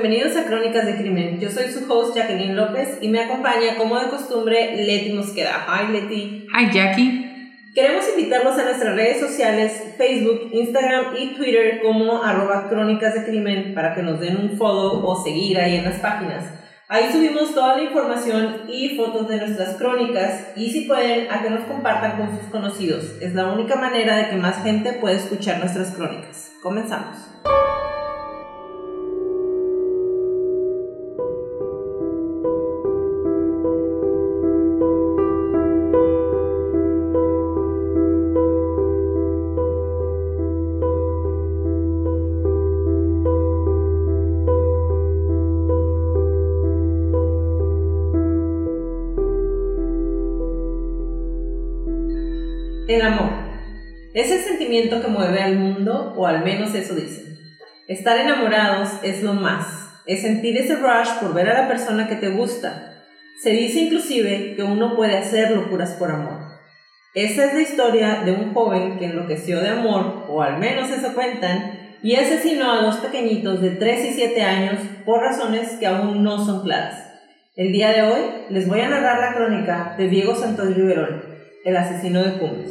bienvenidos a Crónicas de Crimen. Yo soy su host Jacqueline López y me acompaña, como de costumbre, Leti Mosqueda. Hi, Leti. Hi, Jackie. Queremos invitarlos a nuestras redes sociales, Facebook, Instagram y Twitter como @Crónicas de Crimen para que nos den un follow o seguir ahí en las páginas. Ahí subimos toda la información y fotos de nuestras crónicas y si pueden, a que nos compartan con sus conocidos. Es la única manera de que más gente pueda escuchar nuestras crónicas. Comenzamos. El amor. Es el sentimiento que mueve al mundo, o al menos eso dicen. Estar enamorados es lo más. Es sentir ese rush por ver a la persona que te gusta. Se dice inclusive que uno puede hacer locuras por amor. Esa es la historia de un joven que enloqueció de amor, o al menos eso cuentan, y asesinó a dos pequeñitos de 3 y 7 años por razones que aún no son claras. El día de hoy les voy a narrar la crónica de Diego Santoy Riverol, el asesino de Pumas.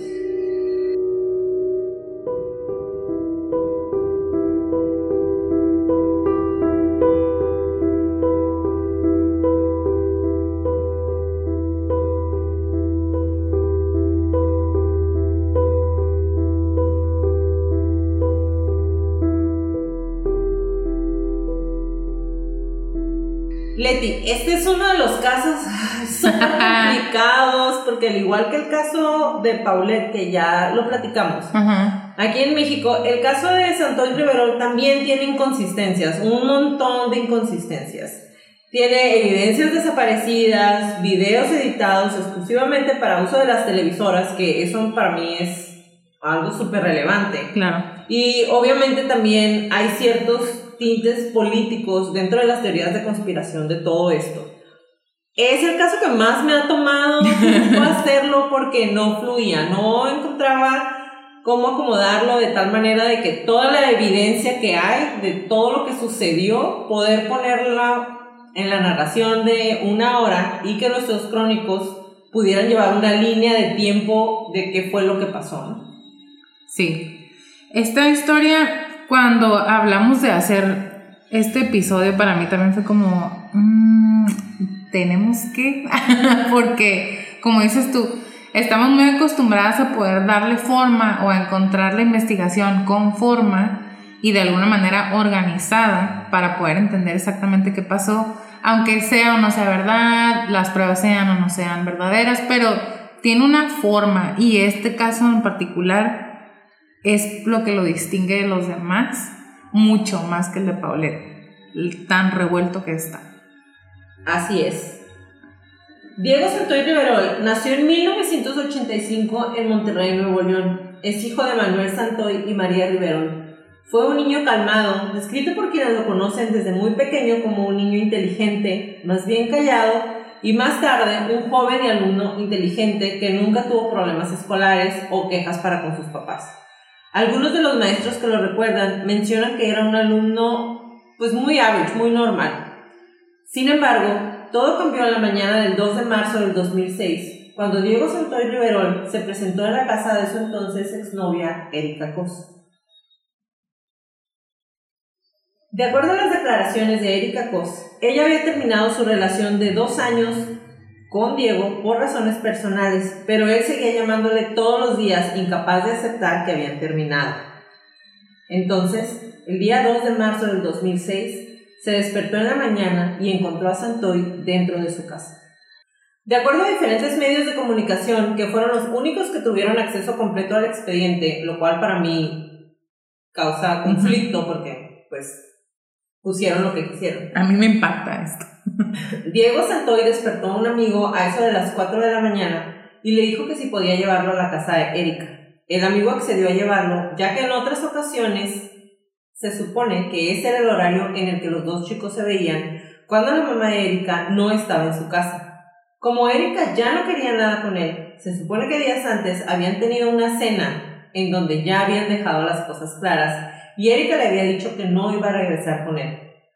Leti, este es uno de los casos súper complicados porque al igual que el caso de Paulette, que ya lo platicamos, aquí en México, el caso de Santoy Riverol también tiene inconsistencias, un montón de inconsistencias. Tiene evidencias desaparecidas, videos editados exclusivamente para uso de las televisoras, que eso para mí es algo súper relevante. Claro. Y obviamente también hay ciertos tintes políticos dentro de las teorías de conspiración de todo esto. Es el caso que más me ha tomado tiempo hacerlo porque no fluía, no encontraba cómo acomodarlo de tal manera de que toda la evidencia que hay de todo lo que sucedió, poder ponerla en la narración de 1 hora y que nuestros crónicos pudieran llevar una línea de tiempo de qué fue lo que pasó, ¿no? Sí. Esta historia, cuando hablamos de hacer este episodio, para mí también fue como, tenemos que, porque, como dices tú, estamos muy acostumbradas a poder darle forma o a encontrar la investigación con forma y de alguna manera organizada para poder entender exactamente qué pasó, aunque sea o no sea verdad, las pruebas sean o no sean verdaderas, pero tiene una forma y este caso en particular es lo que lo distingue de los demás, mucho más que el de Paulette, tan revuelto que está. Así es. Diego Santoy Riverol nació en 1985 en Monterrey, Nuevo León. Es hijo de Manuel Santoy y María Riverol. Fue un niño calmado, descrito por quienes lo conocen desde muy pequeño como un niño inteligente, más bien callado, y más tarde un joven y alumno inteligente que nunca tuvo problemas escolares o quejas para con sus papás. Algunos de los maestros que lo recuerdan mencionan que era un alumno pues muy average, muy normal. Sin embargo, todo cambió en la mañana del 2 de marzo del 2006, cuando Diego Santoy Riverol se presentó en la casa de su entonces exnovia Erika Cos. De acuerdo a las declaraciones de Erika Cos, ella había terminado su relación de 2 años con Diego por razones personales, pero él seguía llamándole todos los días, incapaz de aceptar que habían terminado. Entonces, el día 2 de marzo del 2006, se despertó en la mañana y encontró a Santoy dentro de su casa. De acuerdo a diferentes medios de comunicación, que fueron los únicos que tuvieron acceso completo al expediente, lo cual para mí causa conflicto porque, pues, pusieron lo que quisieron. A mí me impacta esto. Diego Santoy despertó a un amigo a eso de las 4 de la mañana y le dijo que si podía llevarlo a la casa de Erika. El amigo accedió a llevarlo, ya que en otras ocasiones se supone que ese era el horario en el que los dos chicos se veían cuando la mamá de Erika no estaba en su casa. Como Erika ya no quería nada con él, se supone que días antes habían tenido una cena en donde ya habían dejado las cosas claras y Erika le había dicho que no iba a regresar con él.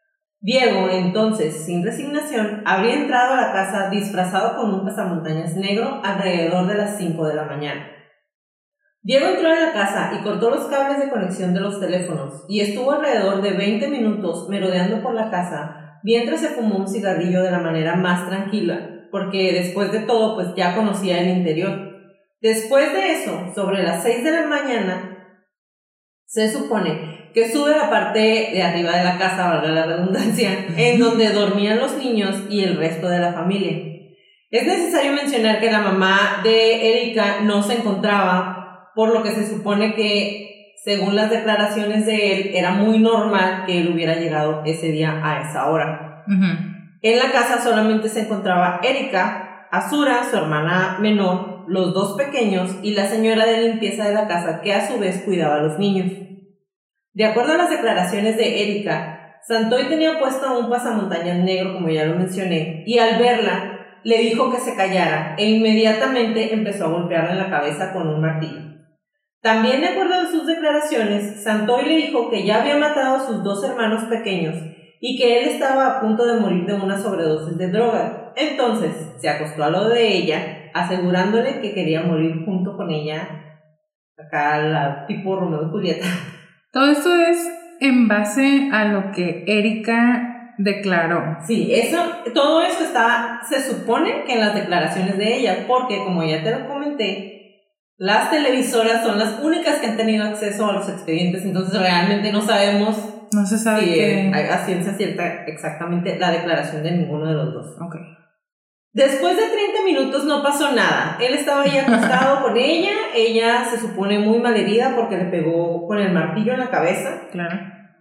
Diego, entonces, sin resignación, habría entrado a la casa disfrazado con un pasamontañas negro alrededor de las 5 de la mañana. Diego entró a la casa y cortó los cables de conexión de los teléfonos y estuvo alrededor de 20 minutos merodeando por la casa mientras se fumó un cigarrillo de la manera más tranquila, porque después de todo pues ya conocía el interior. Después de eso, sobre las 6 de la mañana, se supone que sube a la parte de arriba de la casa, valga la redundancia, en donde dormían los niños y el resto de la familia. Es necesario mencionar que la mamá de Erika no se encontraba, por lo que se supone que, según las declaraciones de él, era muy normal que él hubiera llegado ese día a esa hora. En la casa solamente se encontraba Erika, Azura, su hermana menor, los dos pequeños y la señora de limpieza de la casa, que a su vez cuidaba a los niños. De acuerdo a las declaraciones de Erika, Santoy tenía puesto un pasamontañas negro, como ya lo mencioné, y al verla le dijo que se callara e inmediatamente empezó a golpearla en la cabeza con un martillo. También, de acuerdo a sus declaraciones, Santoy le dijo que ya había matado a sus dos hermanos pequeños y que él estaba a punto de morir de una sobredosis de droga. Entonces se acostó al lado de ella, asegurándole que quería morir junto con ella, acá la tipo Romeo y Julieta. Todo esto es en base a lo que Erika declaró. Sí, todo eso se supone que en las declaraciones de ella, porque como ya te lo comenté, las televisoras son las únicas que han tenido acceso a los expedientes, entonces realmente no sabemos. No se sabe si a ciencia cierta exactamente la declaración de ninguno de los dos. Okay. Después de 30 minutos no pasó nada. Él estaba ahí acostado con ella. Ella se supone muy malherida porque le pegó con el martillo en la cabeza. Claro.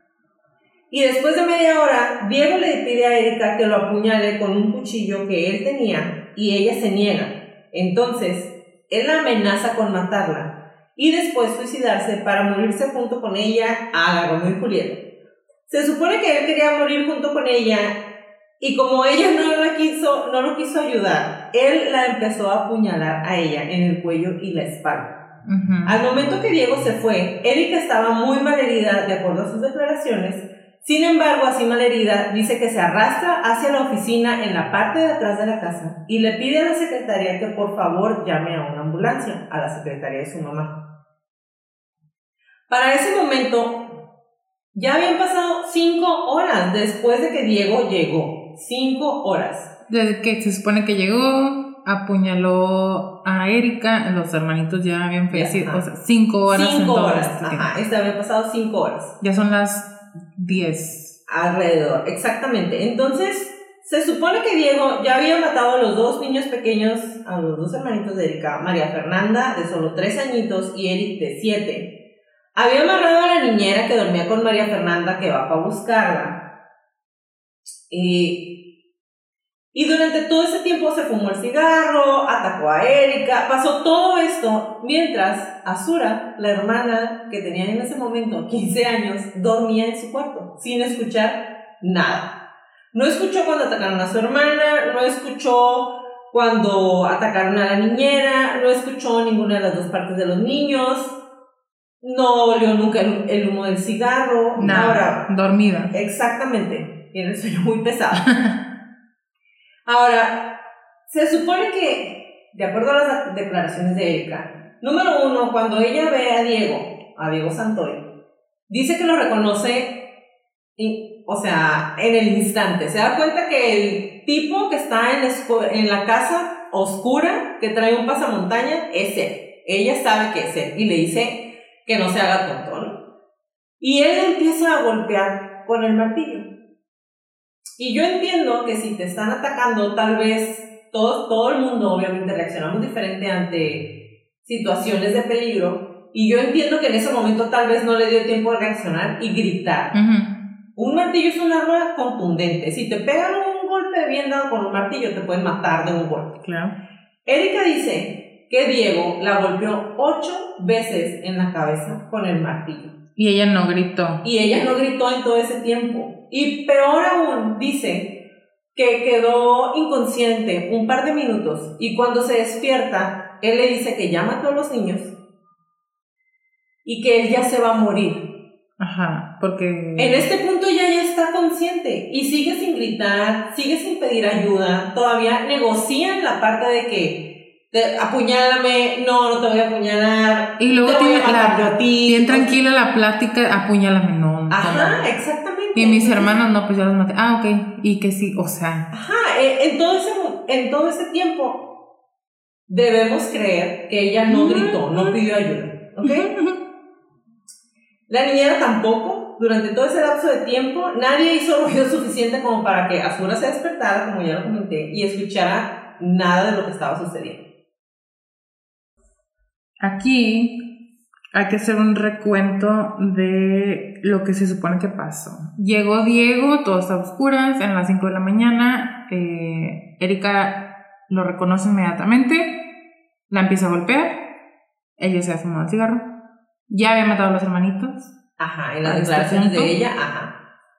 Y después de media hora, Diego le pide a Erika que lo apuñale con un cuchillo que él tenía y ella se niega. Entonces, él la amenaza con matarla y después suicidarse para morirse junto con ella a la Romeo y Julieta. Se supone que él quería morir junto con ella y como ella no lo quiso ayudar, él la empezó a apuñalar a ella en el cuello y la espalda. Al momento que Diego se fue, Erika estaba muy malherida de acuerdo a sus declaraciones. Sin embargo, así malherida, dice que se arrastra hacia la oficina en la parte de atrás de la casa y le pide a la secretaria que por favor llame a una ambulancia, a la secretaria de su mamá. Para ese momento, ya habían pasado 5 horas después de que Diego llegó. 5 horas. Desde que se supone que llegó, apuñaló a Erika, los hermanitos ya habían fallecido. O sea, 5 horas. 5 horas, ajá. Habían pasado 5 horas. Ya son las 10. Alrededor, exactamente. Entonces, se supone que Diego ya había matado a los dos niños pequeños, a los dos hermanitos de Erika, María Fernanda, de solo 3 añitos, y Eric, de 7. Había amarrado a la niñera que dormía con María Fernanda, que bajó a buscarla. Y durante todo ese tiempo se fumó el cigarro, atacó a Erika, pasó todo esto mientras Azura, la hermana que tenía en ese momento 15 años, dormía en su cuarto, sin escuchar nada. No escuchó cuando atacaron a su hermana, no escuchó cuando atacaron a la niñera, no escuchó ninguna de las dos partes de los niños, no olió nunca el humo del cigarro. Nada, dormida. Exactamente, tiene el sueño muy pesado. Ahora, se supone que, de acuerdo a las declaraciones de Erika, número 1, cuando ella ve a Diego Santoy, dice que lo reconoce, en el instante. Se da cuenta que el tipo que está en la casa oscura, que trae un pasamontañas, es él. Ella sabe que es él y le dice que no se haga tonto, ¿no? Y él empieza a golpear con el martillo. Y yo entiendo que si te están atacando, tal vez todo el mundo obviamente reaccionamos diferente ante situaciones de peligro, y yo entiendo que en ese momento tal vez no le dio tiempo de reaccionar y gritar. Un martillo es un arma contundente. Si te pegan un golpe bien dado con un martillo, te pueden matar de un golpe. Claro. Erika dice que Diego la golpeó 8 veces en la cabeza con el martillo. Y ella no gritó. Y ella no gritó en todo ese tiempo. Y peor aún, dice que quedó inconsciente un par de minutos y cuando se despierta, él le dice que ya mató a los niños y que él ya se va a morir. Ajá, porque... En este punto ella ya está consciente y sigue sin gritar, sigue sin pedir ayuda, todavía negocian la parte de que apuñálame, no te voy a apuñalar, y luego te voy tiene a matar yo a ti. bien tranquila la plática, apuñálame, no. Ajá, exactamente. Y mis hermanos, no, pues ya los maté. Ah, ok, y que sí, o sea... Ajá, en todo ese tiempo debemos creer que ella no gritó, no pidió ayuda, ¿ok? La niñera tampoco, durante todo ese lapso de tiempo, nadie hizo ruido suficiente como para que Azura se despertara, como ya lo comenté, y escuchara nada de lo que estaba sucediendo. Aquí hay que hacer un recuento de lo que se supone que pasó. Llegó Diego, todo está a oscuras, en las 5 de la mañana. Erika lo reconoce inmediatamente, la empieza a golpear, ella se ha fumado el cigarro, ya había matado a los hermanitos. Ajá, en las declaraciones de ella, ajá.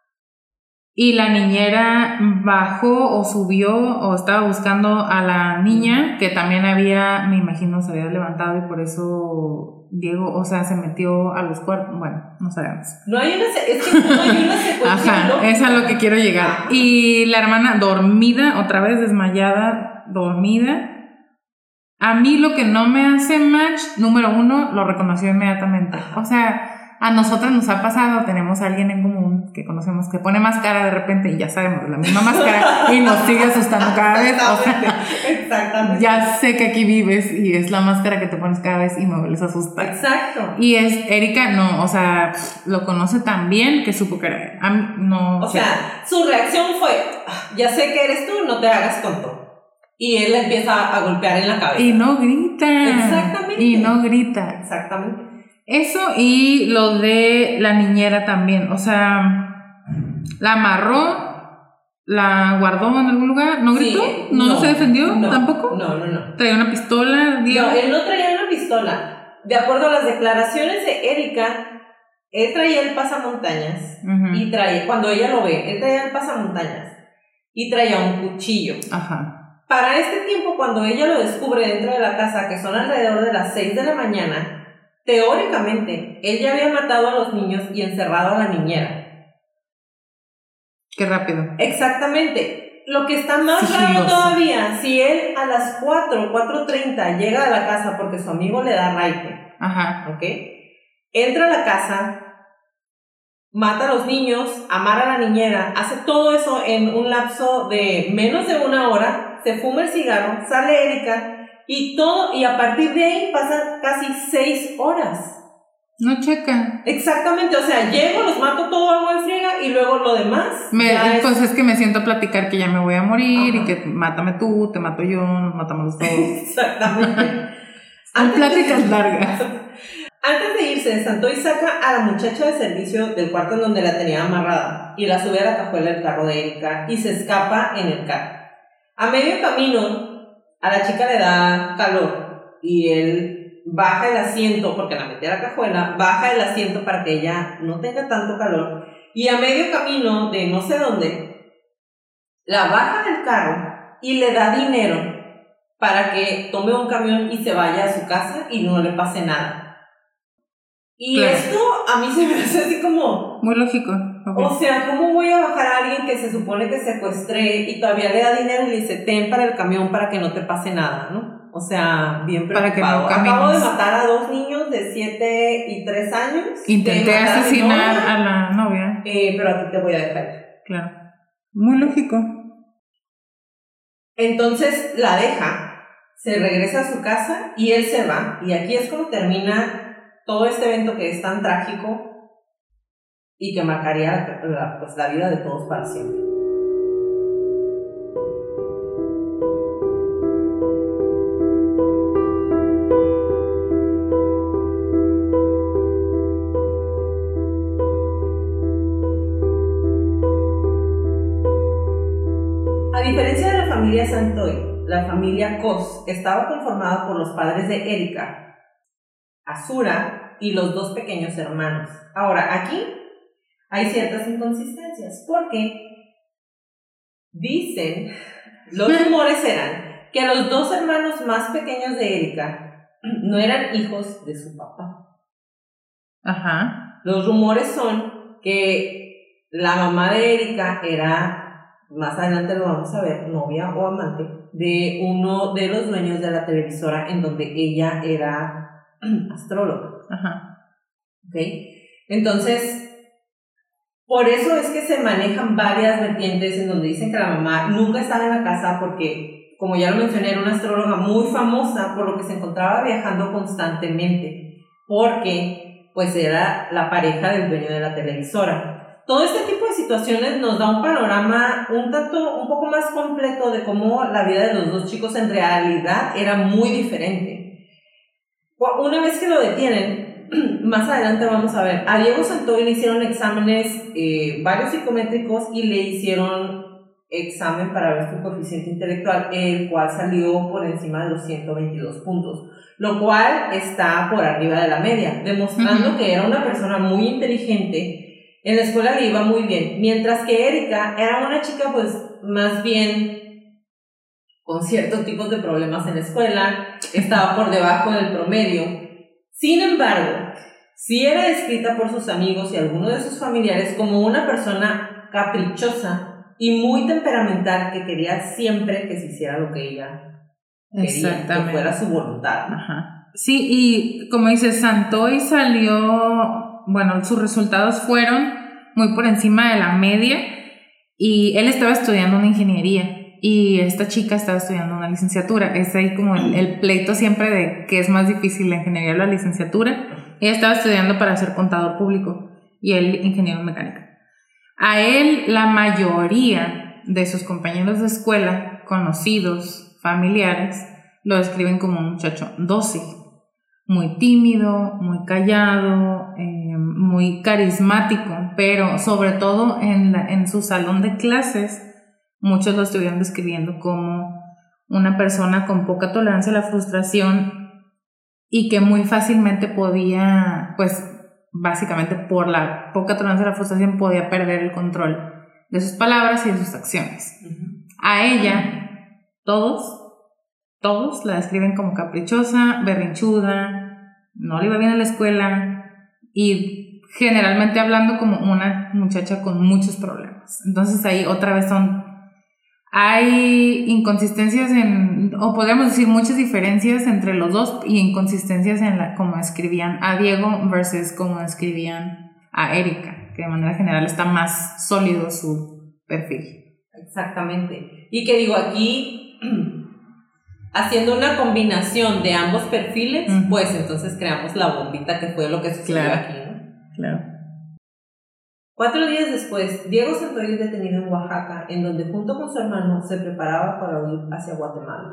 Y la niñera bajó o subió o estaba buscando a la niña, que también había, me imagino, se había levantado y por eso Diego, o sea, se metió a los cuartos. Bueno, no sabemos. No hay una secuencia. Ajá, lógica. Es a lo que quiero llegar. Ajá. Y la hermana dormida, otra vez desmayada, dormida. A mí lo que no me hace match, número 1, lo reconoció inmediatamente. Ajá. O sea... A nosotras nos ha pasado, tenemos a alguien en común que conocemos que pone máscara de repente y ya sabemos, la misma máscara y nos sigue asustando cada vez. O sea, exactamente. Ya sé que aquí vives y es la máscara que te pones cada vez y me vuelves a asustar. Exacto. Y es Erika, no, o sea, lo conoce tan bien que supo que era él. A mí, no. O sea, su reacción fue, ya sé que eres tú, no te hagas tonto. Y él le empieza a golpear en la cabeza. Y no grita. Exactamente. Y no grita. Exactamente. Eso y lo de la niñera también, o sea, la amarró, la guardó en algún lugar, ¿no gritó? Sí, ¿No se defendió tampoco? No. ¿Traía una pistola? Diego? No, él no traía una pistola. De acuerdo a las declaraciones de Erika, él traía el pasamontañas y cuando ella lo ve, él traía el pasamontañas y traía un cuchillo. Ajá. Para este tiempo, cuando ella lo descubre dentro de la casa, que son alrededor de las 6 de la mañana, teóricamente, él ya había matado a los niños y encerrado a la niñera. Qué rápido. Exactamente. Lo que está más raro todavía, si él a las 4:30 llega a la casa porque su amigo le da raite. Ajá. ¿Ok? Entra a la casa, mata a los niños, amarra a la niñera, hace todo eso en un lapso de menos de 1 hora, se fuma el cigarro, sale Erika, y a partir de ahí pasan casi 6 horas. No checa. Exactamente, o sea, llego, los mato todo agua en friega y luego lo demás. Pues es que me siento a platicar que ya me voy a morir. Ajá. Y que mátame tú, te mato yo, nos matamos los dos. Exactamente. Son pláticas largas. Antes de irse, Santoy saca a la muchacha de servicio del cuarto en donde la tenía amarrada y la sube a la cajuela del carro de Erika y se escapa en el carro. A medio camino, a la chica le da calor y él baja el asiento, porque la mete a la cajuela, baja el asiento para que ella no tenga tanto calor, y a medio camino de no sé dónde, la baja del carro y le da dinero para que tome un camión y se vaya a su casa y no le pase nada. Y claro, esto a mí se me hace así como... muy lógico. Okay. O sea, ¿cómo voy a bajar a alguien que se supone que secuestré y todavía le da dinero y le dice, ten para el camión para que no te pase nada, ¿no? O sea, bien preocupado. Para que no camines. Acabo de matar a 2 niños de 7 y 3 años. Intenté asesinar a la novia. Pero a ti te voy a dejar. Claro. Muy lógico. Entonces la deja, se regresa a su casa y él se va. Y aquí es como termina todo este evento que es tan trágico y que marcaría la vida de todos para siempre. A diferencia de la familia Santoy, la familia Kos estaba conformada por los padres de Erika, Azura y los 2 pequeños hermanos. Ahora, aquí hay ciertas inconsistencias, porque dicen, los rumores eran que los 2 hermanos más pequeños de Erika no eran hijos de su papá. Ajá. Los rumores son que la mamá de Erika era, más adelante lo vamos a ver, novia o amante de uno de los dueños de la televisora en donde ella era astróloga. Ajá. ¿Ok? Entonces, por eso es que se manejan varias vertientes en donde dicen que la mamá nunca estaba en la casa porque, como ya lo mencioné, era una astróloga muy famosa, por lo que se encontraba viajando constantemente, porque pues era la pareja del dueño de la televisora. Todo este tipo de situaciones nos da un panorama un poco más completo de cómo la vida de los dos chicos en realidad era muy diferente. Una vez que lo detienen, más adelante vamos a ver, a Diego Santoy le hicieron exámenes, varios psicométricos, y le hicieron examen para ver su coeficiente intelectual, el cual salió por encima de los 122 puntos, lo cual está por arriba de la media, demostrando que era una persona muy inteligente. En la escuela le iba muy bien, mientras que Erika era una chica pues más bien con ciertos tipos de problemas en la escuela, estaba por debajo del promedio. Sin embargo, sí era descrita por sus amigos y algunos de sus familiares como una persona caprichosa y muy temperamental que quería siempre que se hiciera lo que ella quería, que fuera su voluntad. Ajá. Sí, y como dices, Santoy salió, bueno, sus resultados fueron muy por encima de la media y él estaba estudiando una ingeniería. Y esta chica estaba estudiando una licenciatura. Es ahí como el pleito siempre de que es más difícil la ingeniería o la licenciatura. Ella estaba estudiando para ser contador público y él ingeniero mecánico. A él la mayoría de sus compañeros de escuela, conocidos, familiares, lo describen como un muchacho dócil, muy tímido, muy callado, muy carismático, pero sobre todo en su salón de clases muchos lo estuvieron describiendo como una persona con poca tolerancia a la frustración y que muy fácilmente podía, pues básicamente por la poca tolerancia a la frustración, podía perder el control de sus palabras y de sus acciones. A ella, todos la describen como caprichosa, berrinchuda, no le iba bien a la escuela y generalmente hablando como una muchacha con muchos problemas. Entonces ahí otra vez hay inconsistencias o podríamos decir muchas diferencias entre los dos y inconsistencias en cómo escribían a Diego versus cómo escribían a Erika, que de manera general está más sólido su perfil. Exactamente. Y que digo, aquí haciendo una combinación de ambos perfiles, pues entonces creamos la bombita que fue lo que sucedió aquí, ¿no? Claro. 4 días después, Diego Santoy es detenido en Oaxaca, en donde junto con su hermano se preparaba para huir hacia Guatemala.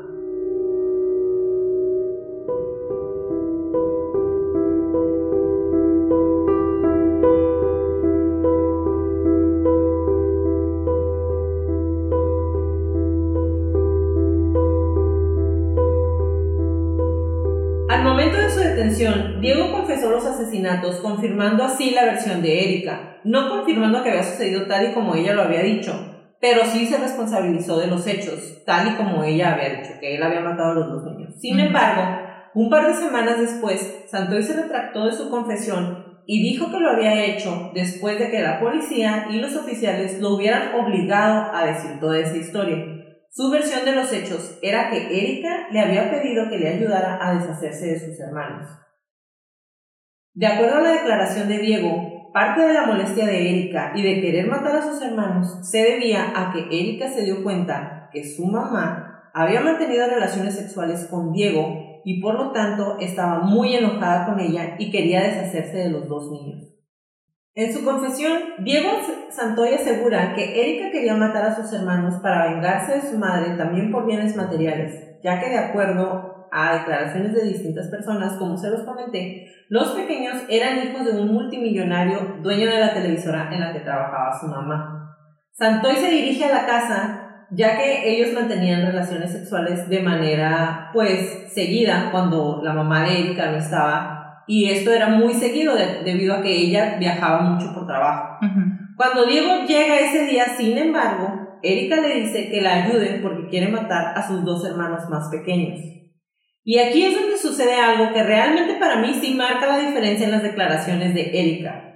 Al momento de su detención, Diego confesó los asesinatos, confirmando así la versión de Erika, no confirmando que había sucedido tal y como ella lo había dicho, pero sí se responsabilizó de los hechos, tal y como ella había dicho, que él había matado a los 2 niños. Sin embargo, un par de semanas después, Santoy se retractó de su confesión y dijo que lo había hecho después de que la policía y los oficiales lo hubieran obligado a decir toda esa historia. Su versión de los hechos era que Erika le había pedido que le ayudara a deshacerse de sus hermanos. De acuerdo a la declaración de Diego, parte de la molestia de Erika y de querer matar a sus hermanos se debía a que Erika se dio cuenta que su mamá había mantenido relaciones sexuales con Diego y por lo tanto estaba muy enojada con ella y quería deshacerse de los 2 niños. En su confesión, Diego Santoy asegura que Erika quería matar a sus hermanos para vengarse de su madre también por bienes materiales, ya que de acuerdo a declaraciones de distintas personas, como se los comenté, los pequeños eran hijos de un multimillonario dueño de la televisora en la que trabajaba su mamá. Santoy se dirige a la casa, ya que ellos mantenían relaciones sexuales de manera, pues, seguida cuando la mamá de Erika no estaba. Y esto era muy seguido debido a que ella viajaba mucho por trabajo. Cuando Diego llega ese día, sin embargo, Erika le dice que la ayude porque quiere matar a sus 2 hermanos más pequeños. Y aquí es donde sucede algo que realmente para mí sí marca la diferencia en las declaraciones de Erika.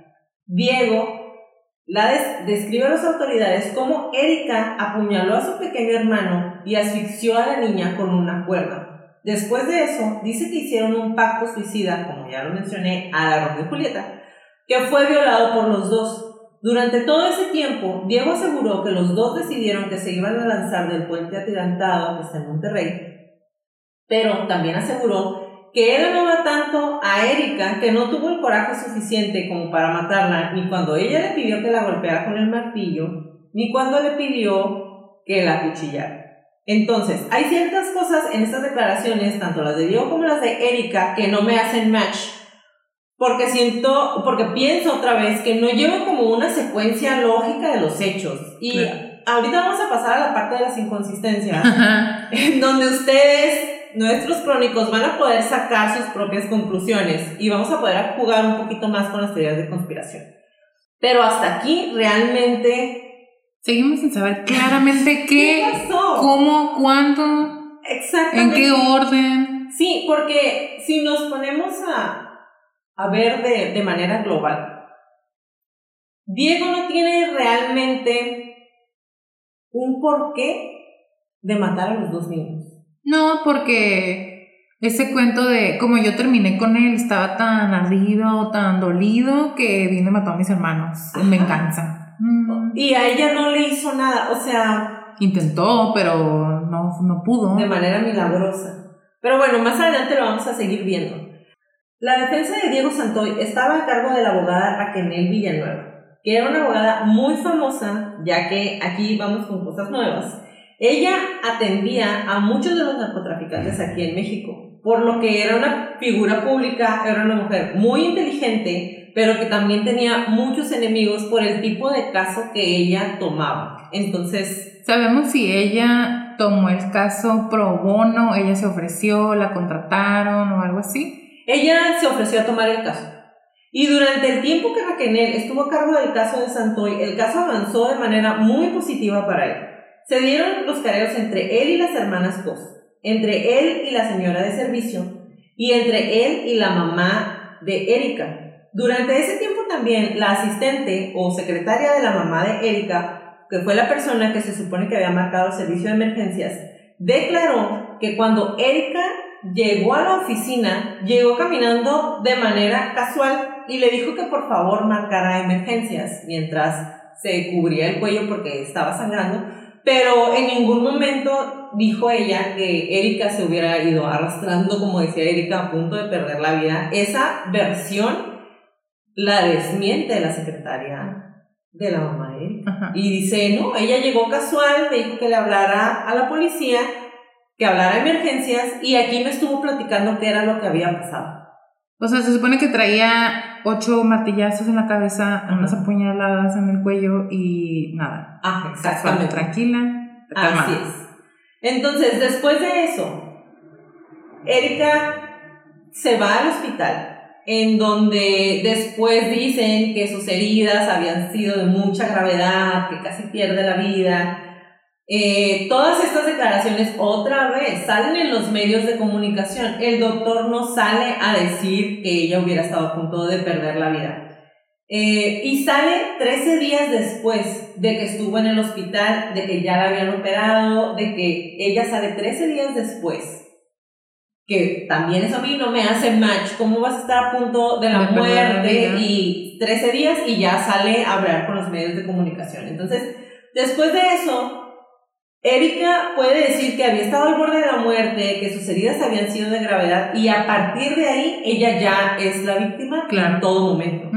Diego describe a las autoridades cómo Erika apuñaló a su pequeño hermano y asfixió a la niña con una cuerda. Después de eso, dice que hicieron un pacto suicida, como ya lo mencioné, a la Romeo y Julieta, que fue violado por los dos. Durante todo ese tiempo, Diego aseguró que los dos decidieron que se iban a lanzar del puente atirantado que está en Monterrey, pero también aseguró que él amaba tanto a Erika que no tuvo el coraje suficiente como para matarla, ni cuando ella le pidió que la golpeara con el martillo, ni cuando le pidió que la acuchillara. Entonces, hay ciertas cosas en estas declaraciones, tanto las de Diego como las de Erika, que no me hacen match. Porque pienso otra vez que no llevo como una secuencia lógica de los hechos. Y claro, ahorita vamos a pasar a la parte de las inconsistencias, en donde ustedes, nuestros crónicos, van a poder sacar sus propias conclusiones y vamos a poder jugar un poquito más con las teorías de conspiración. Pero hasta aquí realmente seguimos sin saber claramente qué pasó, cómo, cuándo, exactamente, en qué orden. Sí, porque si nos ponemos a ver de manera global, Diego no tiene realmente un porqué de matar a los dos niños. No, porque ese cuento de como yo terminé con él, estaba tan ardido, tan dolido, que vino y mató a mis hermanos en venganza. Y a ella no le hizo nada, o sea, intentó, pero no pudo. De manera milagrosa. Pero bueno, más adelante lo vamos a seguir viendo. La defensa de Diego Santoy estaba a cargo de la abogada Raquel Villanueva, que era una abogada muy famosa, ya que aquí vamos con cosas nuevas. Ella atendía a muchos de los narcotraficantes aquí en México, por lo que era una figura pública, era una mujer muy inteligente, pero que también tenía muchos enemigos por el tipo de caso que ella tomaba. Entonces, ¿sabemos si ella tomó el caso pro bono, ella se ofreció, la contrataron o algo así? Ella se ofreció a tomar el caso. Y durante el tiempo que Raquel estuvo a cargo del caso de Santoy, el caso avanzó de manera muy positiva para él. Se dieron los careos entre él y las hermanas Cos, entre él y la señora de servicio, y entre él y la mamá de Erika. Durante ese tiempo también la asistente o secretaria de la mamá de Erika, que fue la persona que se supone que había marcado el servicio de emergencias, declaró que cuando Erika llegó a la oficina, llegó caminando de manera casual y le dijo que por favor marcara emergencias mientras se cubría el cuello porque estaba sangrando, pero en ningún momento dijo ella que Erika se hubiera ido arrastrando, como decía Erika, a punto de perder la vida. Esa versión la desmiente la secretaria de la mamá de Erika. Ajá. Y dice, no, ella llegó casual, le dijo que le hablara a la policía, que hablara emergencias, y aquí me estuvo platicando qué era lo que había pasado. O sea, se supone que traía 8 martillazos en la cabeza, unas apuñaladas en el cuello y nada. Ah, exactamente. Tranquila, calmada. Así es. Entonces, después de eso, Erika se va al hospital, en donde después dicen que sus heridas habían sido de mucha gravedad, que casi pierde la vida. Todas estas declaraciones otra vez salen en los medios de comunicación. El doctor no sale a decir que ella hubiera estado a punto de perder la vida. Y sale 13 días después de que estuvo en el hospital, de que ya la habían operado, de que ella sale 13 días después. Que también eso a mí no me hace match. ¿Cómo vas a estar a punto de la muerte y 13 días y ya sale a hablar con los medios de comunicación? Entonces, después de eso, Erika puede decir que había estado al borde de la muerte, que sus heridas habían sido de gravedad, y a partir de ahí ella ya es la víctima en todo momento.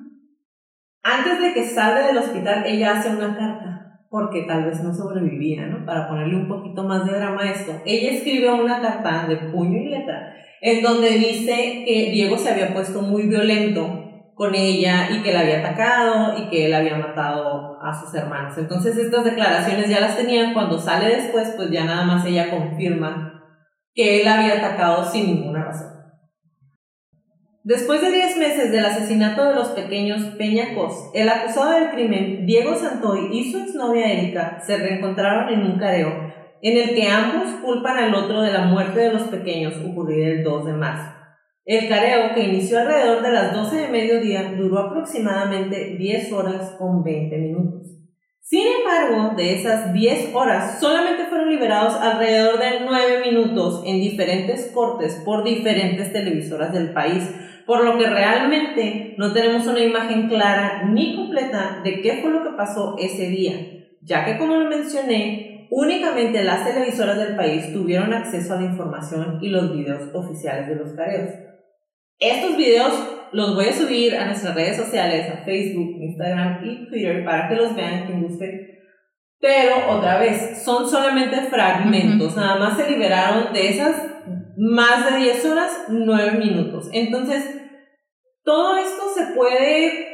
Antes de que salga del hospital, ella hace una carta, porque tal vez no sobrevivía, ¿no? Para ponerle un poquito más de drama a esto. Ella escribe una carta de puño y letra, en donde dice que Diego se había puesto muy violento con ella y que la había atacado y que él había matado a sus hermanos. Entonces estas declaraciones ya las tenían. Cuando sale después, pues ya nada más ella confirma que él había atacado sin ninguna razón. Después de 10 meses del asesinato de los pequeños Peña Cos, el acusado del crimen, Diego Santoy, y su exnovia Erika se reencontraron en un careo en el que ambos culpan al otro de la muerte de los pequeños ocurrida el 2 de marzo. El careo, que inició alrededor de las 12 de mediodía, duró aproximadamente 10 horas con 20 minutos. Sin embargo, de esas 10 horas, solamente fueron liberados alrededor de 9 minutos en diferentes cortes por diferentes televisoras del país, por lo que realmente no tenemos una imagen clara ni completa de qué fue lo que pasó ese día, ya que, como lo mencioné, únicamente las televisoras del país tuvieron acceso a la información y los videos oficiales de los careos. Estos videos los voy a subir a nuestras redes sociales, a Facebook, Instagram y Twitter, para que los vean quien guste. Pero otra vez, son solamente fragmentos, nada más se liberaron de esas más de 10 horas, 9 minutos. Entonces, todo esto se puede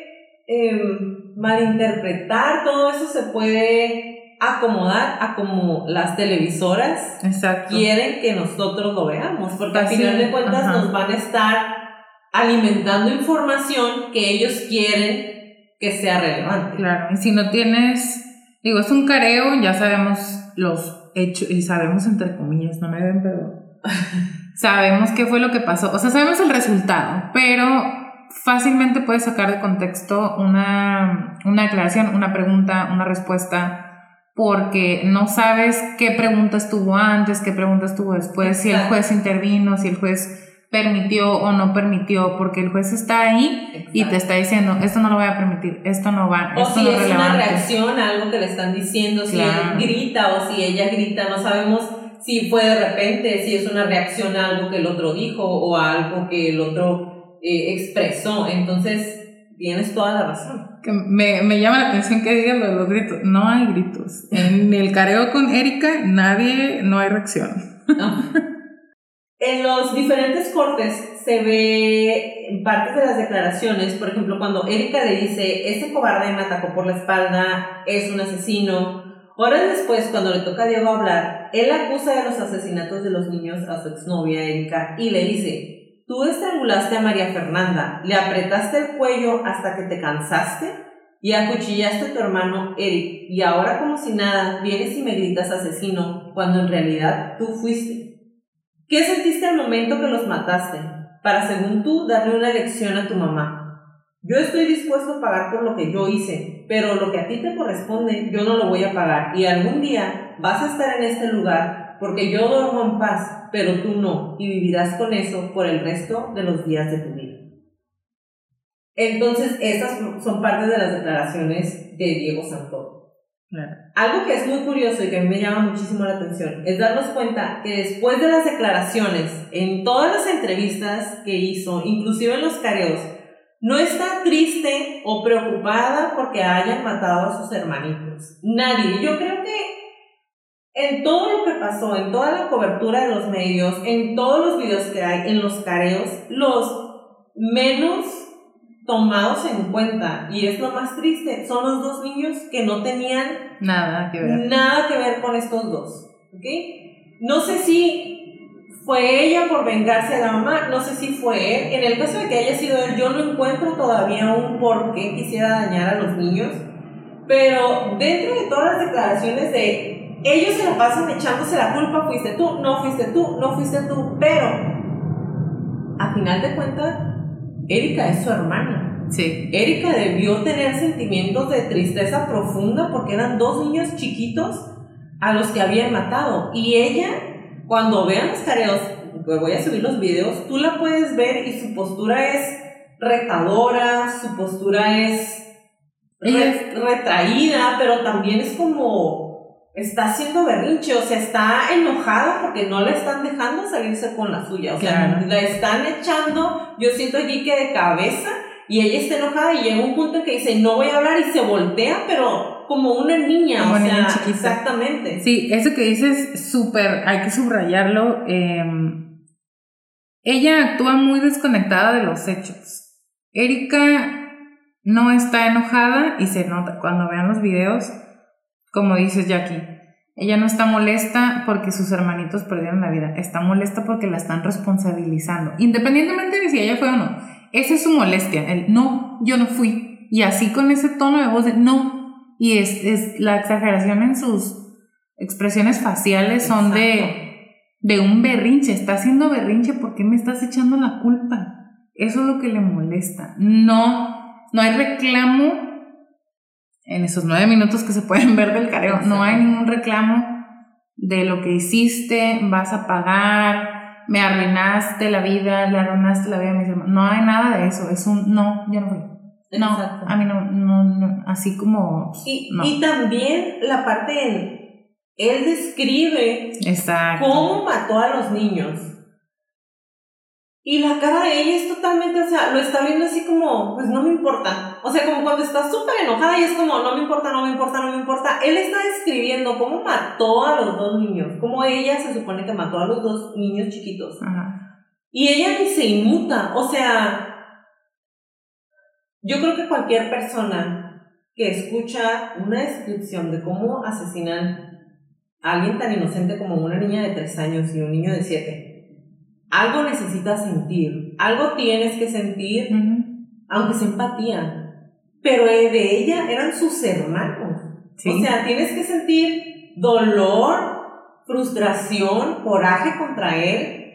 malinterpretar, todo eso se puede acomodar a como las televisoras quieren que nosotros lo veamos, porque al final de cuentas nos van a estar alimentando información que ellos quieren que sea relevante. Claro, y si no tienes, digo, es un careo, ya sabemos los hechos, y sabemos entre comillas, no me ven, pero sabemos qué fue lo que pasó, o sea, sabemos el resultado, pero fácilmente puedes sacar de contexto una declaración, una pregunta, una respuesta, porque no sabes qué pregunta estuvo antes, qué pregunta estuvo después, si el juez intervino, si el juez permitió o no permitió, porque el juez está ahí y te está diciendo, esto no lo voy a permitir, esto no va, o esto si no es relevante. una reacción a algo que le están diciendo, si él grita o si ella grita, no sabemos si fue de repente, si es una reacción a algo que el otro dijo o a algo que el otro expresó. Entonces tienes toda la razón. Me llama la atención que digan lo de los gritos. No hay gritos. En el careo con Erika, no hay reacción. No. En los diferentes cortes se ve partes de las declaraciones, por ejemplo, cuando Erika le dice, ese cobarde me atacó por la espalda, es un asesino. Horas después, cuando le toca a Diego hablar, él acusa de los asesinatos de los niños a su exnovia Erika y le dice, tú estrangulaste a María Fernanda, le apretaste el cuello hasta que te cansaste y acuchillaste a tu hermano Eric, y ahora como si nada vienes y me gritas asesino, cuando en realidad tú fuiste. ¿Qué sentiste al momento que los mataste? Para, según tú, darle una lección a tu mamá. Yo estoy dispuesto a pagar por lo que yo hice, pero lo que a ti te corresponde, yo no lo voy a pagar. Y algún día vas a estar en este lugar porque yo duermo en paz, pero tú no, y vivirás con eso por el resto de los días de tu vida. Entonces, estas son partes de las declaraciones de Diego Santoy. Claro. Algo que es muy curioso y que a mí me llama muchísimo la atención es darnos cuenta que después de las declaraciones, en todas las entrevistas que hizo, inclusive en los careos, no está triste o preocupada porque hayan matado a sus hermanitos. Nadie. Yo creo que en todo lo que pasó, en toda la cobertura de los medios, en todos los videos que hay, en los careos, los menos tomados en cuenta, y es lo más triste, son los dos niños que no tenían nada que ver con estos dos, ¿ok? No sé si fue ella por vengarse a la mamá, no sé si fue él. En el caso de que haya sido él, yo no encuentro todavía un por qué quisiera dañar a los niños, pero dentro de todas las declaraciones de ellos se la pasan echándose la culpa, fuiste tú, no fuiste tú, no fuiste tú, pero a final de cuentas Erika es su hermana. Sí. Erika debió tener sentimientos de tristeza profunda porque eran dos niños chiquitos a los que habían matado. Y ella, cuando vean los careos, voy a subir los videos, tú la puedes ver y su postura es retadora, su postura es retraída, pero también es como está haciendo berrinche, o sea, está enojada porque no la están dejando salirse con la suya, o sea, la están echando, yo siento allí que de cabeza, y ella está enojada y llega un punto en que dice, no voy a hablar, y se voltea, pero como una niña, como o sea, chiquita. Exactamente. Sí, eso que dices, súper, hay que subrayarlo, ella actúa muy desconectada de los hechos. Erika no está enojada y se nota cuando vean los videos. Como dices, Jackie, ella no está molesta porque sus hermanitos perdieron la vida, está molesta porque la están responsabilizando, independientemente de si ella fue o no. Esa es su molestia, el no, yo no fui, y así con ese tono de voz de no, y es la exageración en sus expresiones faciales. Son de de un berrinche. Está haciendo berrinche, ¿por qué me estás echando la culpa? Eso es lo que le molesta. No hay reclamo en esos 9 minutos que se pueden ver del careo. No hay ningún reclamo de lo que hiciste, vas a pagar, me arruinaste la vida, le arruinaste la vida a mis hermanos. No hay nada de eso. Es un no, yo no fui. No, exacto. A mí no, así como... Y también la parte en... Él describe exacto. cómo mató a los niños. Y la cara de ella es totalmente, o sea, lo está viendo así como, pues no me importa. O sea, como cuando está súper enojada y es como, no me importa. Él está describiendo cómo mató a los 2 niños. Cómo ella se supone que mató a los 2 niños chiquitos. Ajá. Y ella ni se inmuta. O sea... Yo creo que cualquier persona que escucha una descripción de cómo asesinan a alguien tan inocente como una niña de 3 años y un niño de 7, algo necesitas sentir, algo tienes que sentir, aunque sea empatía. Pero de ella eran sus hermanos. Sí. O sea, tienes que sentir dolor, frustración, coraje contra él.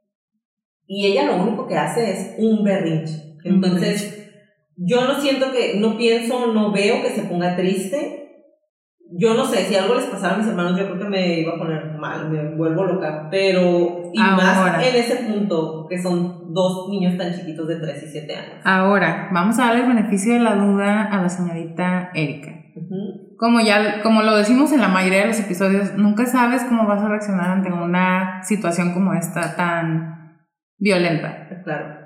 Y ella lo único que hace es un berrinche. Entonces... Yo no siento que, no pienso, no veo que se ponga triste. Yo no sé, si algo les pasara a mis hermanos, yo creo que me iba a poner mal, me vuelvo loca. Pero, y ahora, más en ese punto, que son 2 niños tan chiquitos de 3 y 7 años. Ahora, vamos a darle el beneficio de la duda a la señorita Erika. Como lo decimos en la mayoría de los episodios, nunca sabes cómo vas a reaccionar ante una situación como esta tan violenta. Claro.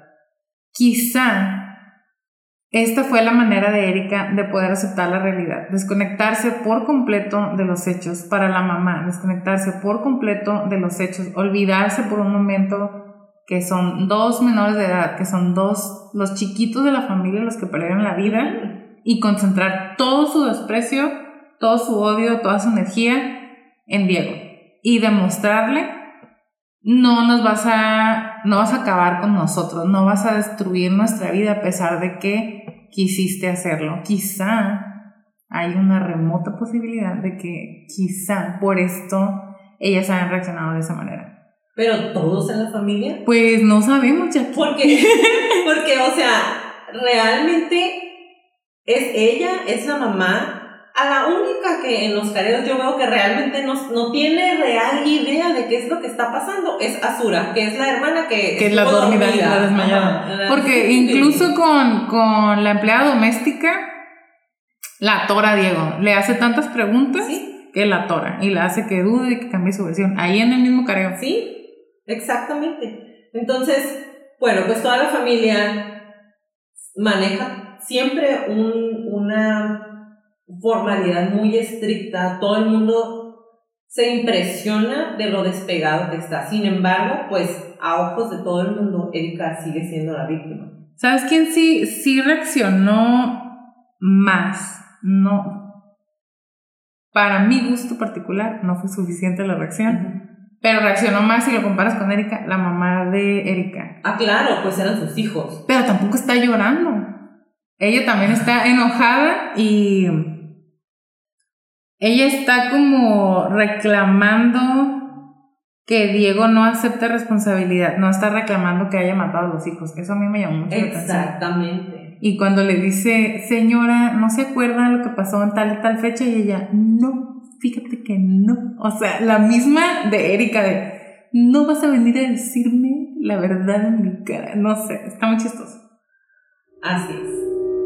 Quizá esta fue la manera de Erika de poder aceptar la realidad, desconectarse por completo de los hechos para la mamá, desconectarse por completo de los hechos, olvidarse por un momento que son 2 menores de edad, que son los chiquitos de la familia los que perdieron la vida, y concentrar todo su desprecio, todo su odio, toda su energía en Diego y demostrarle: no vas a acabar con nosotros, no vas a destruir nuestra vida a pesar de que quisiste hacerlo. Quizá hay una remota posibilidad de que quizá por esto ellas hayan reaccionado de esa manera. ¿Pero todos en la familia? Pues no sabemos, Jackie. Porque, o sea, realmente es ella, es la mamá. A la única que en los careos yo veo que realmente no tiene real idea de qué es lo que está pasando es Azura, que es la hermana que es la dormida, la desmayada. Porque incluso con la empleada doméstica la atora Diego, le hace tantas preguntas, ¿sí?, que la atora y la hace que dude y que cambie su versión, ahí en el mismo careo. Sí, exactamente. Entonces, bueno, pues toda la familia maneja siempre una formalidad muy estricta. Todo el mundo se impresiona de lo despegado que está. Sin embargo, pues a ojos de todo el mundo, Erika sigue siendo la víctima. ¿Sabes quién sí reaccionó más? No, para mi gusto particular no fue suficiente la reacción, pero reaccionó más si lo comparas con Erika, la mamá de Erika. Ah, claro, pues eran sus hijos. Pero tampoco está llorando. Ella también está enojada y ella está como reclamando que Diego no acepte responsabilidad, no está reclamando que haya matado a los hijos. Eso a mí me llamó mucho la atención. Exactamente. Y cuando le dice: señora, ¿no se acuerda lo que pasó en tal y tal fecha? Y ella: no, fíjate que no. O sea, la misma de Erika de: no vas a venir a decirme la verdad en mi cara. No sé, está muy chistoso. Así es.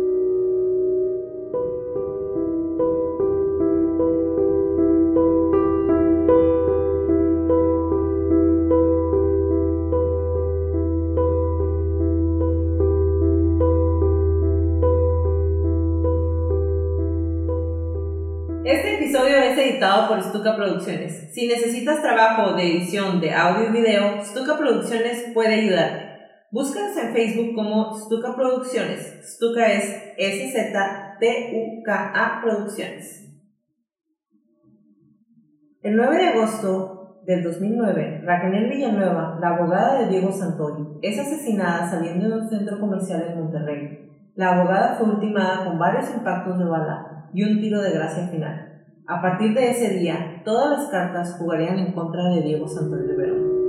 Este episodio es editado por Stuka Producciones. Si necesitas trabajo de edición de audio y video, Stuka Producciones puede ayudarte. Búscanos en Facebook como Stuka Producciones. Stuka es SZTUKA Producciones. El 9 de agosto del 2009, Raquel Villanueva, la abogada de Diego Santoy, es asesinada saliendo de un centro comercial en Monterrey. La abogada fue ultimada con varios impactos de bala y un tiro de gracia final. A partir de ese día, todas las cartas jugarían en contra de Diego Santoy Riverol.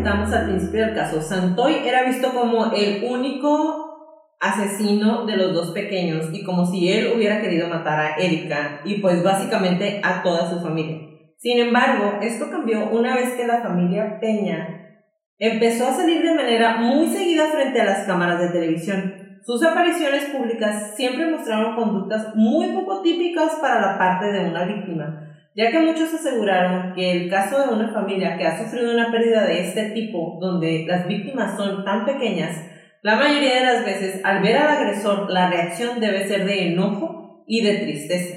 comentamos al principio del caso, Santoy era visto como el único asesino de los dos pequeños y como si él hubiera querido matar a Erika y pues básicamente a toda su familia. Sin embargo, esto cambió una vez que la familia Peña empezó a salir de manera muy seguida frente a las cámaras de televisión. Sus apariciones públicas siempre mostraron conductas muy poco típicas para la parte de una víctima, ya que muchos aseguraron que el caso de una familia que ha sufrido una pérdida de este tipo, donde las víctimas son tan pequeñas, la mayoría de las veces al ver al agresor la reacción debe ser de enojo y de tristeza,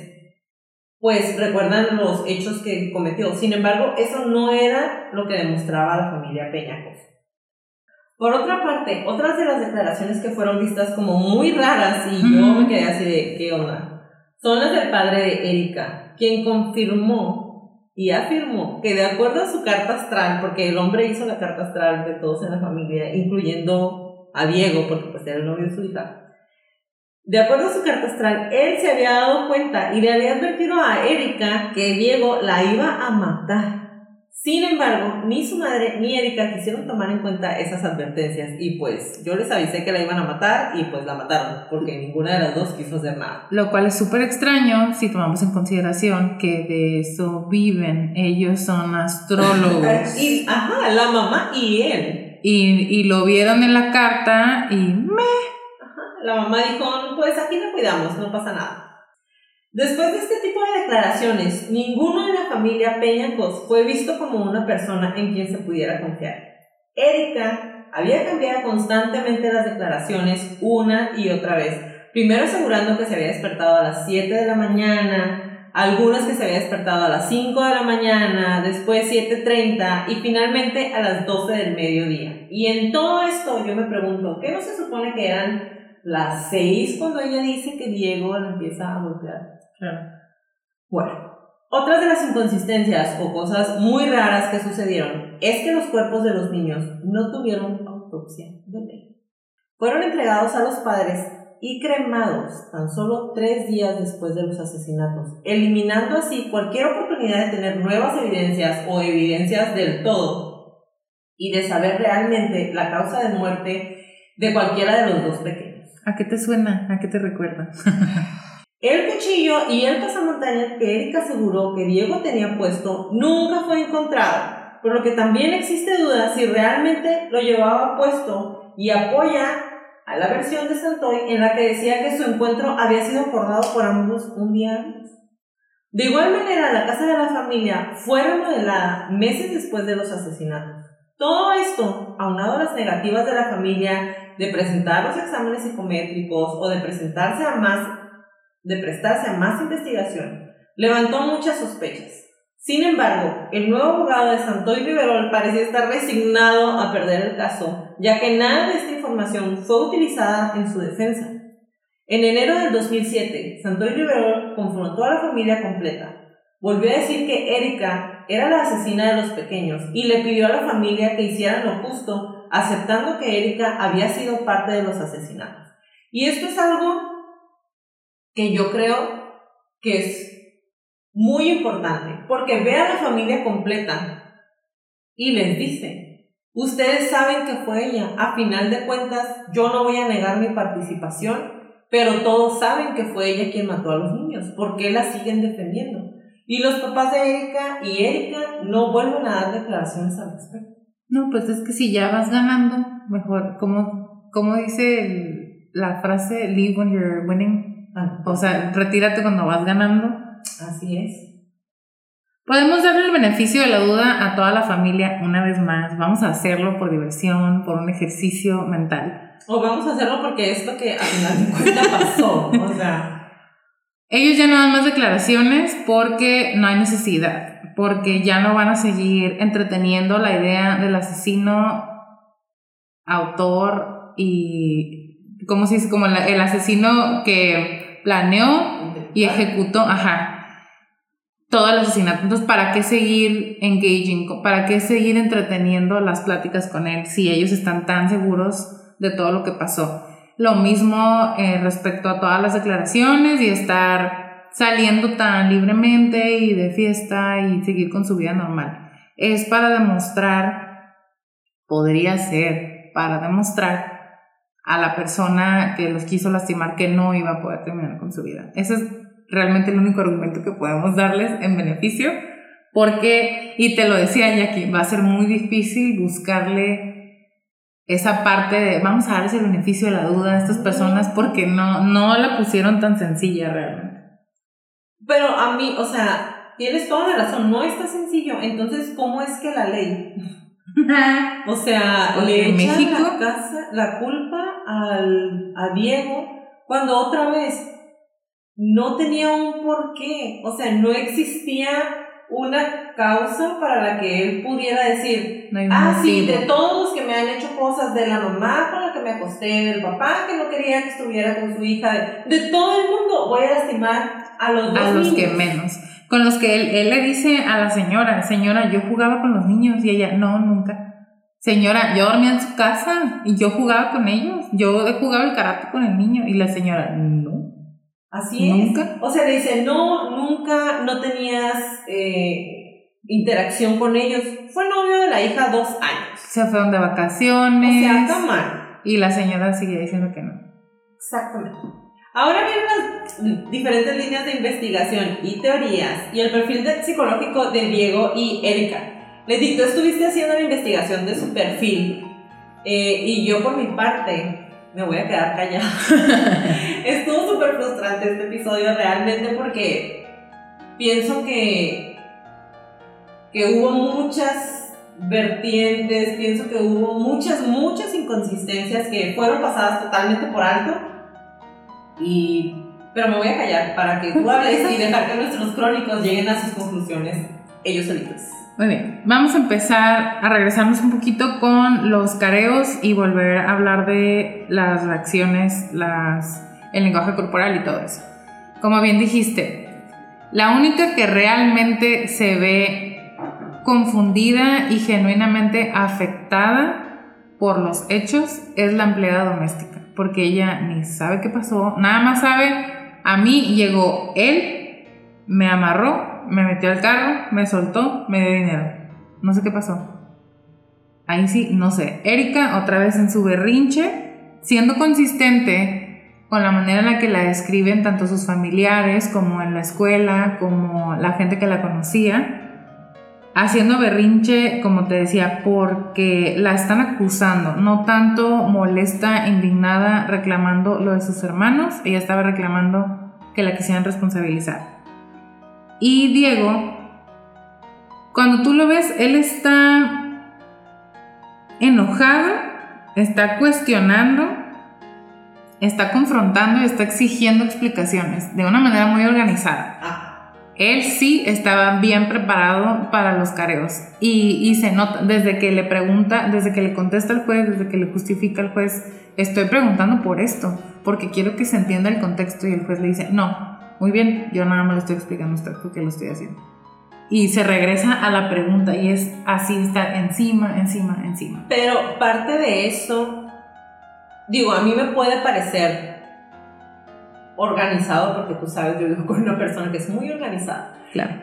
pues recuerdan los hechos que cometió. Sin embargo, eso no era lo que demostraba la familia Peñacos. Por otra parte, otras de las declaraciones que fueron vistas como muy raras y yo me quedé así de ¿qué onda? Son las del padre de Erika, quien confirmó y afirmó que de acuerdo a su carta astral, porque el hombre hizo la carta astral de todos en la familia, incluyendo a Diego, porque pues era el novio de su hija, de acuerdo a su carta astral, él se había dado cuenta y le había advertido a Erika que Diego la iba a matar. Sin embargo, ni su madre ni Erika quisieron tomar en cuenta esas advertencias y pues yo les avisé que la iban a matar y pues la mataron porque ninguna de las dos quiso hacer nada. Lo cual es súper extraño si tomamos en consideración que de eso viven. Ellos son astrólogos. La mamá y él. Y lo vieron en la carta y la mamá dijo, pues aquí lo cuidamos, no pasa nada. Después de este tipo de declaraciones, ninguno de la familia Peñacos fue visto como una persona en quien se pudiera confiar. Erika había cambiado constantemente las declaraciones una y otra vez, primero asegurando que se había despertado a las 7 de la mañana, algunas que se había despertado a las 5 de la mañana, después 7:30 y finalmente a las 12 del mediodía. Y en todo esto yo me pregunto, ¿qué no se supone que eran las 6 cuando ella dice que Diego la empieza a golpear? Claro. Bueno, otras de las inconsistencias o cosas muy raras que sucedieron es que los cuerpos de los niños no tuvieron autopsia de ley. Fueron entregados a los padres y cremados tan solo 3 días después de los asesinatos, eliminando así cualquier oportunidad de tener nuevas evidencias o evidencias del todo y de saber realmente la causa de muerte de cualquiera de los dos pequeños. ¿A qué te suena? ¿A qué te recuerda? El cuchillo y el pasamontañas que Erika aseguró que Diego tenía puesto nunca fue encontrado, por lo que también existe duda si realmente lo llevaba puesto y apoya a la versión de Santoy en la que decía que su encuentro había sido acordado por ambos un día antes. De igual manera, la casa de la familia fue remodelada meses después de los asesinatos. Todo esto, aunado a las negativas de la familia de presentar los exámenes psicométricos o de prestarse a más investigación, levantó muchas sospechas. Sin embargo, el nuevo abogado de Santoy Riverol parecía estar resignado a perder el caso, ya que nada de esta información fue utilizada en su defensa. En enero del 2007, Santoy Riverol confrontó a la familia completa. Volvió a decir que Erika era la asesina de los pequeños y le pidió a la familia que hicieran lo justo, aceptando que Erika había sido parte de los asesinatos. Y esto es algo que yo creo que es muy importante, porque ve a la familia completa y les dice, ustedes saben que fue ella, a final de cuentas yo no voy a negar mi participación, pero todos saben que fue ella quien mató a los niños, ¿por qué la siguen defendiendo? Y los papás de Erika y Erika no vuelven a dar declaraciones al respecto. No, pues es que si ya vas ganando, mejor, como dice la frase, leave when you're winning. O sea, retírate cuando vas ganando. Así es. Podemos darle el beneficio de la duda a toda la familia una vez más. Vamos a hacerlo por diversión, por un ejercicio mental. O vamos a hacerlo porque esto que al final de cuentas pasó. O sea, ellos ya no dan más declaraciones porque no hay necesidad. Porque ya no van a seguir entreteniendo la idea del asesino, autor y... ¿cómo se dice? Como el asesino que planeó y ejecutó, todo el asesinato. Entonces, ¿para qué seguir engaging? ¿Para qué seguir entreteniendo las pláticas con él si ellos están tan seguros de todo lo que pasó? Lo mismo respecto a todas las declaraciones y estar saliendo tan libremente y de fiesta y seguir con su vida normal. Es para demostrar podría ser para demostrar a la persona que los quiso lastimar que no iba a poder terminar con su vida. Ese es realmente el único argumento que podemos darles en beneficio, porque, y te lo decía Jackie, va a ser muy difícil buscarle esa parte de vamos a darles el beneficio de la duda a estas personas porque no la pusieron tan sencilla realmente. Pero a mí, o sea, tienes toda la razón, no está sencillo. Entonces, ¿cómo es que la ley? O sea, le echan México la culpa a Diego cuando otra vez no tenía un porqué, o sea, no existía una causa para la que él pudiera decir, sí, de todos los que me han hecho cosas, de la mamá con la que me acosté, del papá que no quería que estuviera con su hija, de todo el mundo, voy a lastimar a los niños. Que menos, con los que él le dice a la señora, yo jugaba con los niños, y ella, no, nunca. Señora, yo dormía en su casa y yo jugaba con ellos. Yo he jugado el karate con el niño. Y la señora, no. Así es. ¿Nunca? O sea, le dice, no, nunca, no tenías interacción con ellos. Fue novio de la hija 2 años. Se fueron de vacaciones. O sea, está mal. Y la señora sigue diciendo que no. Exactamente. Ahora vienen las diferentes líneas de investigación y teorías y el perfil psicológico de Diego y Erika. Les digo, tú estuviste haciendo la investigación de su perfil y yo por mi parte me voy a quedar callada. Estuvo súper frustrante este episodio realmente porque pienso que hubo muchas vertientes, pienso que hubo muchas inconsistencias que fueron pasadas totalmente por alto pero me voy a callar para que tú hables y dejar que nuestros crónicos lleguen a sus conclusiones ellos solitos. Muy bien, vamos a empezar a regresarnos un poquito con los careos y volver a hablar de las reacciones, el lenguaje corporal y todo eso. Como bien dijiste, la única que realmente se ve confundida y genuinamente afectada por los hechos es la empleada doméstica, porque ella ni sabe qué pasó, nada más sabe, a mí llegó él, me amarró, me metió al carro, me soltó, me dio dinero. No sé qué pasó. Ahí sí, no sé. Erika, otra vez en su berrinche, siendo consistente con la manera en la que la describen tanto sus familiares como en la escuela, como la gente que la conocía, haciendo berrinche, como te decía, porque la están acusando, no tanto molesta, indignada, reclamando lo de sus hermanos, ella estaba reclamando que la quisieran responsabilizar. Y Diego, cuando tú lo ves, él está enojado, está cuestionando, está confrontando y está exigiendo explicaciones de una manera muy organizada. Él sí estaba bien preparado para los careos y se nota desde que le pregunta, desde que le contesta al juez, desde que le justifica al juez, estoy preguntando por esto, porque quiero que se entienda el contexto, y el juez le dice, no. Muy bien, yo nada más le estoy explicando a usted por qué lo estoy haciendo. Y se regresa a la pregunta y es así, está encima. Pero parte de eso, digo, a mí me puede parecer organizado, porque tú sabes, yo vivo con una persona que es muy organizada. Claro.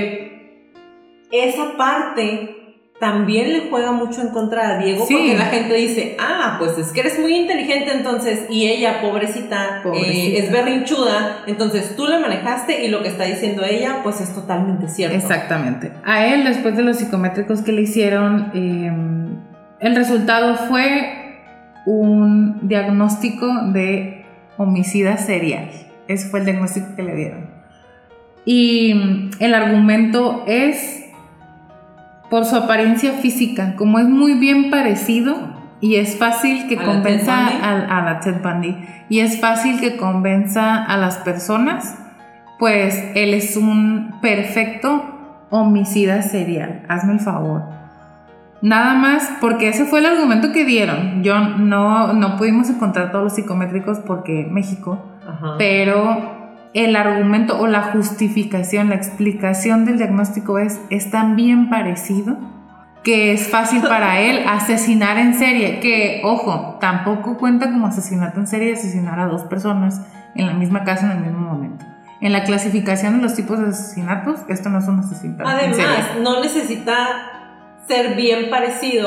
Esa parte también le juega mucho en contra a Diego, sí. Porque la gente dice, pues es que eres muy inteligente entonces, y ella, pobrecita. Es berrinchuda, entonces tú la manejaste y lo que está diciendo ella, pues es totalmente cierto. Exactamente. A él, después de los psicométricos que le hicieron, el resultado fue un diagnóstico de homicida serial. Ese fue el diagnóstico que le dieron. Y el argumento es por su apariencia física, como es muy bien parecido y es fácil que convenza a la Ted Bundy y es fácil que convenza a las personas, pues él es un perfecto homicida serial. Hazme el favor. Nada más, porque ese fue el argumento que dieron. Yo no pudimos encontrar todos los psicométricos porque México, pero el argumento o la justificación, la explicación del diagnóstico es tan bien parecido que es fácil para él asesinar en serie, que, ojo, tampoco cuenta como asesinato en serie asesinar a 2 personas en la misma casa en el mismo momento. En la clasificación de los tipos de asesinatos, esto no es un asesinato en serie. Además, no necesita ser bien parecido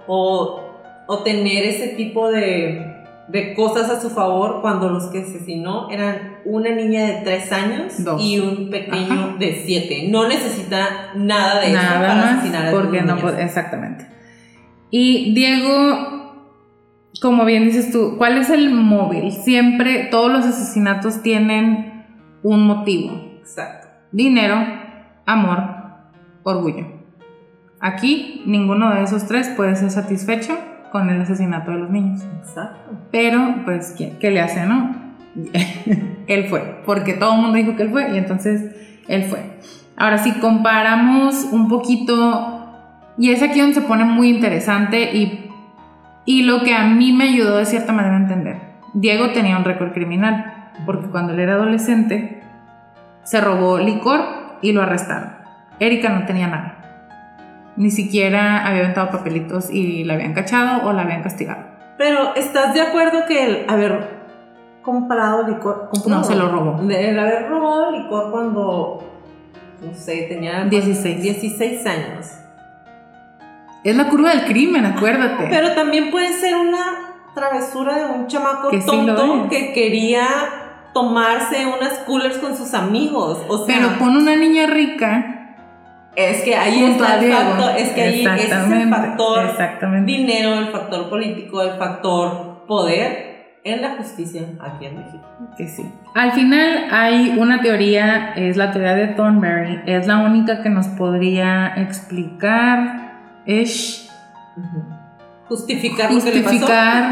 o tener ese tipo de cosas a su favor cuando los que asesinó eran una niña de 3 años 2 y un pequeño de 7. No necesita nada de eso para más, asesinar a porque los no niños. exactamente. Y Diego, como bien dices tú, ¿cuál es el móvil? Siempre todos los asesinatos tienen un motivo. Exacto. Dinero, amor, orgullo. Aquí ninguno de esos 3 puede ser satisfecho con el asesinato de los niños. Exacto. Pero, pues, ¿qué le hace, no? Él fue, porque todo el mundo dijo que él fue, y entonces él fue. Ahora, si comparamos un poquito, y es aquí donde se pone muy interesante, y lo que a mí me ayudó de cierta manera a entender. Diego tenía un récord criminal, porque cuando él era adolescente, se robó licor y lo arrestaron. Erika no tenía nada. Ni siquiera había aventado papelitos y la habían cachado o la habían castigado. Pero, ¿estás de acuerdo que el haber comprado licor... No, se lo robó. El haber robado licor cuando, no sé, tenía 16 años. Es la curva del crimen, acuérdate. Pero también puede ser una travesura de un chamaco que tonto que quería tomarse unas coolers con sus amigos. O sea, pero con una niña rica... Es que ahí está el factor, es que ahí ese es el factor dinero, el factor político, el factor poder en la justicia aquí en México. Que sí. Al final hay una teoría, es la teoría de Thornberry, es la única que nos podría explicar, justificar lo que le pasó.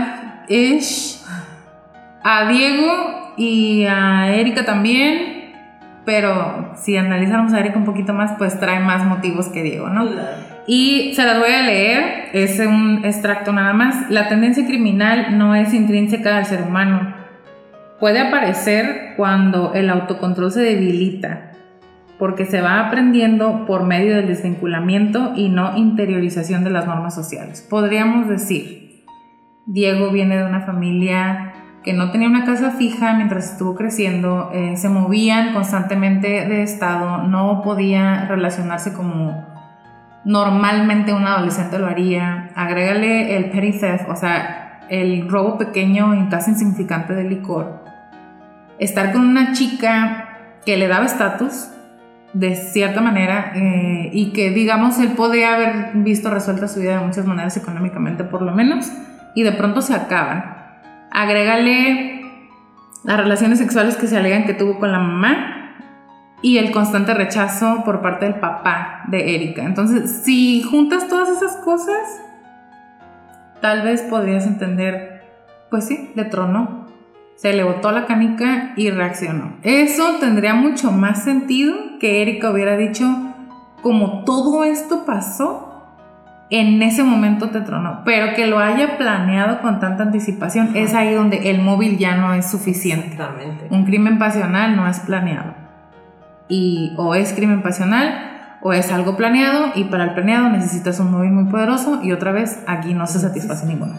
A Diego y a Erika también. Pero si analizáramos a Erika un poquito más, pues trae más motivos que Diego, ¿no? Claro. Y se las voy a leer, es un extracto nada más. La tendencia criminal no es intrínseca al ser humano. Puede aparecer cuando el autocontrol se debilita, porque se va aprendiendo por medio del desvinculamiento y no interiorización de las normas sociales. Podríamos decir, Diego viene de una familia que no tenía una casa fija mientras estuvo creciendo, se movían constantemente de estado, no podía relacionarse como normalmente un adolescente lo haría. Agrégale el petty theft, o sea, el robo pequeño y casi insignificante de licor. Estar con una chica que le daba estatus, de cierta manera, y que, digamos, él podría haber visto resuelta su vida de muchas maneras económicamente, por lo menos, y de pronto se acaban. Agrégale las relaciones sexuales que se alegan que tuvo con la mamá y el constante rechazo por parte del papá de Erika. Entonces, si juntas todas esas cosas, tal vez podrías entender, pues sí, le tronó, se le botó la canica y reaccionó. Eso tendría mucho más sentido que Erika hubiera dicho, como todo esto pasó, en ese momento te tronó, pero que lo haya planeado con tanta anticipación, es ahí donde el móvil ya no es suficiente. Exactamente. Un crimen pasional no es planeado. Y o es crimen pasional o es algo planeado, y para el planeado necesitas un móvil muy poderoso, y otra vez aquí no se satisface ninguno.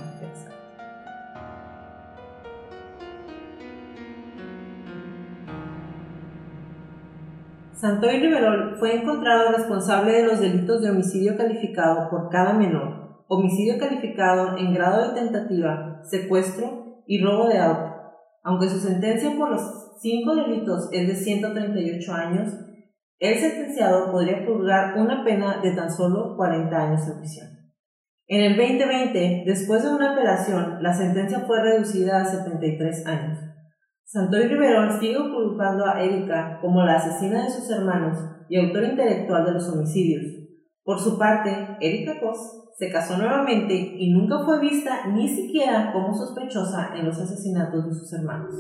Santoy Riverol fue encontrado responsable de los delitos de homicidio calificado por cada menor, homicidio calificado en grado de tentativa, secuestro y robo de auto. Aunque su sentencia por los 5 delitos es de 138 años, el sentenciado podría purgar una pena de tan solo 40 años de prisión. En el 2020, después de una apelación, la sentencia fue reducida a 73 años. Santoy Riverol sigue culpando a Erika como la asesina de sus hermanos y autor intelectual de los homicidios. Por su parte, Erika Cos se casó nuevamente y nunca fue vista ni siquiera como sospechosa en los asesinatos de sus hermanos.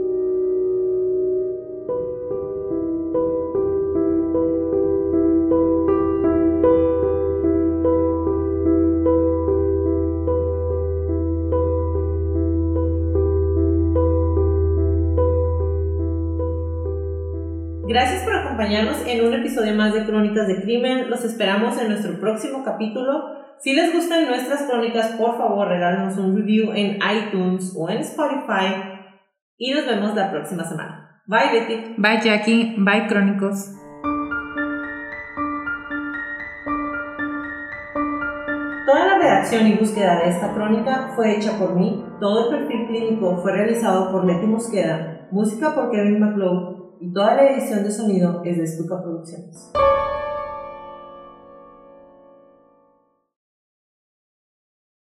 Gracias por acompañarnos en un episodio más de Crónicas de Crimen. Los esperamos en nuestro próximo capítulo. Si les gustan nuestras crónicas, por favor, regálenos un review en iTunes o en Spotify. Y nos vemos la próxima semana. Bye, Betty. Bye, Jackie. Bye, Crónicos. Toda la redacción y búsqueda de esta crónica fue hecha por mí, todo el perfil clínico fue realizado por Leti Mosqueda, música por Kevin MacLeod y toda la edición de sonido es de Stuka Producciones.